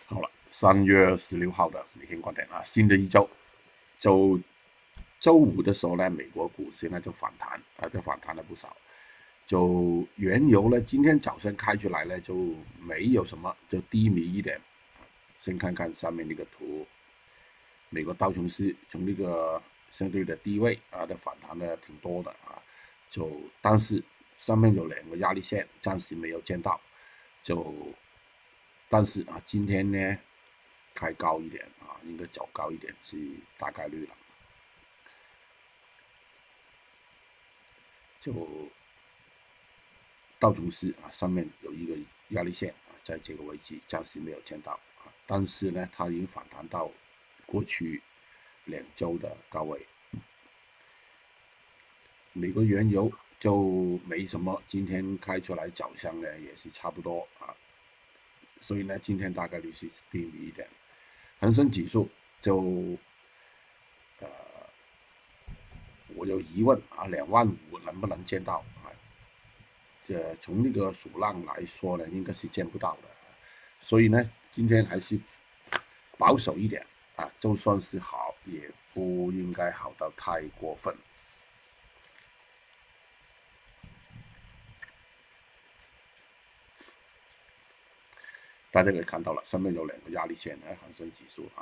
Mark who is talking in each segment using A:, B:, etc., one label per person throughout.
A: 好了，3月16号的每天观点啊，新的一周，周五的时候呢，美国股市呢就反弹就反弹了不少。就原油呢，今天早上开出来呢就没有什么，就低迷一点。先看看上面那个图，美国道琼斯从那个相对的低位的反弹的挺多的但是上面有2个压力线，暂时没有见到。但是今天呢开高一点应该走高一点是大概率了。就道琼斯上面有一个压力线在这个位置暂时没有见到但是呢，它已经反弹到过去2周的高位。美国原油就没什么，今天开出来走向呢也是差不多所以呢，今天大概率是低迷一点。恒生指数就我有疑问25000能不能见到从那个数量来说呢，应该是见不到的。所以呢，今天还是保守一点就算是好，也不应该好到太过分。大家可以看到了，上面有2个压力线恒生指数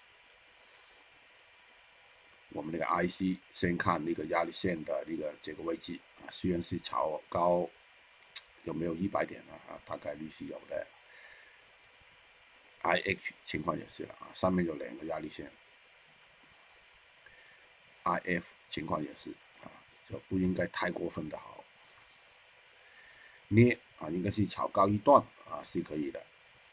A: 我们那个 IC 先看那个压力线的这个位置虽然是炒高，有没有100点大概率是有的。IH 情况也是了上面有2个压力线。IF 情况也是就不应该太过分的好。捏应该是炒高一段是可以的，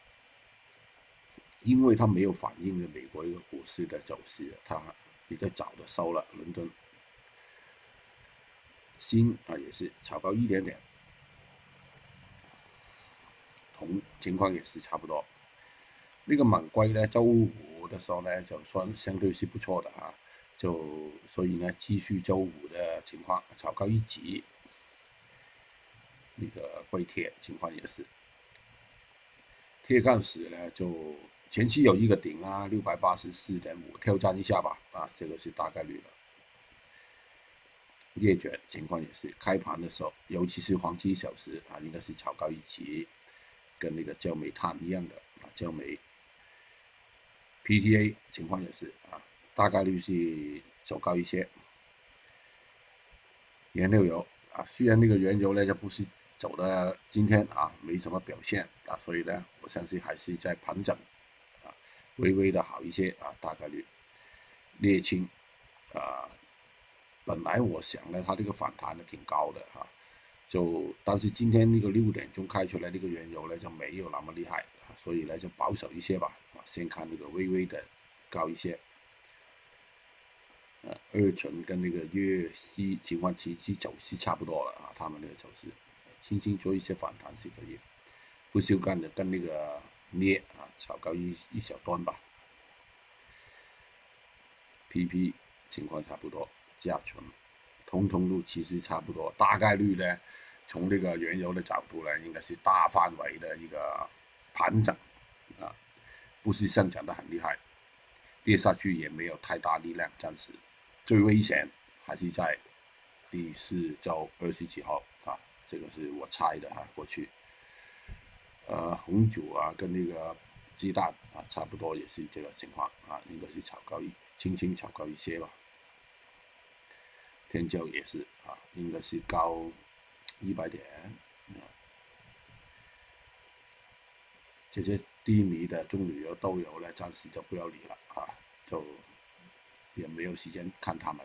A: 因为它没有反映了美国一个股市的走势，它比较早的收了。伦敦锌也是炒高一点点，铜情况也是差不多。那个猛龟呢，周五的时候呢，就算相对是不错的所以呢，继续周五的情况，炒高一级。那个硅铁情况也是，铁矿石呢，就前期有一个顶684.5挑战一下吧这个是大概率的。页卷情况也是，开盘的时候，尤其是黄金小时应该是炒高一级，跟那个焦煤炭一样的焦煤。PTA 情况也是大概率是走高一些。原料油虽然那个原油呢就不是走的今天没什么表现所以呢，我相信还是在盘整微微的好一些大概率。沥青本来我想呢，它这个反弹的挺高的但是今天那个6点钟开出来那个原油呢就没有那么厉害所以呢就保守一些吧先看那个微微的高一些。2醇跟那个粤西情况其实走势差不多了他们那个走势轻轻做一些反弹是可以。不锈钢的跟那个镍炒高一小段吧。PP 情况差不多，甲醇、通路其实差不多，大概率呢，从这个原油的角度呢，应该是大范围的一个盘整不是上涨的很厉害，跌下去也没有太大力量，暂时最危险还是在第4周27号这个是我猜的过去。红酒跟那个鸡蛋差不多也是这个情况应该是轻轻炒高一些吧。天胶也是应该是高100点这些低迷的中旅游都有呢，暂时就不要理了就也没有时间看他们。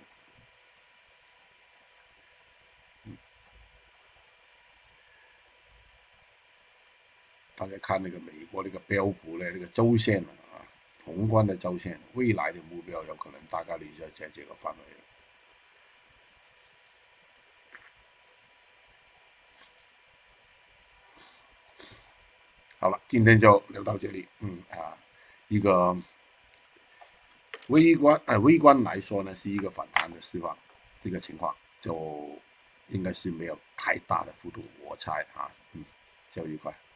A: 大家看那个美国那个标普呢，那个周线宏观的周线，未来的目标有可能大概率就在这个范围了。好了，今天就聊到这里。一个微观来说呢，是一个反弹的释放，这个情况就应该是没有太大的幅度，我猜就愉快。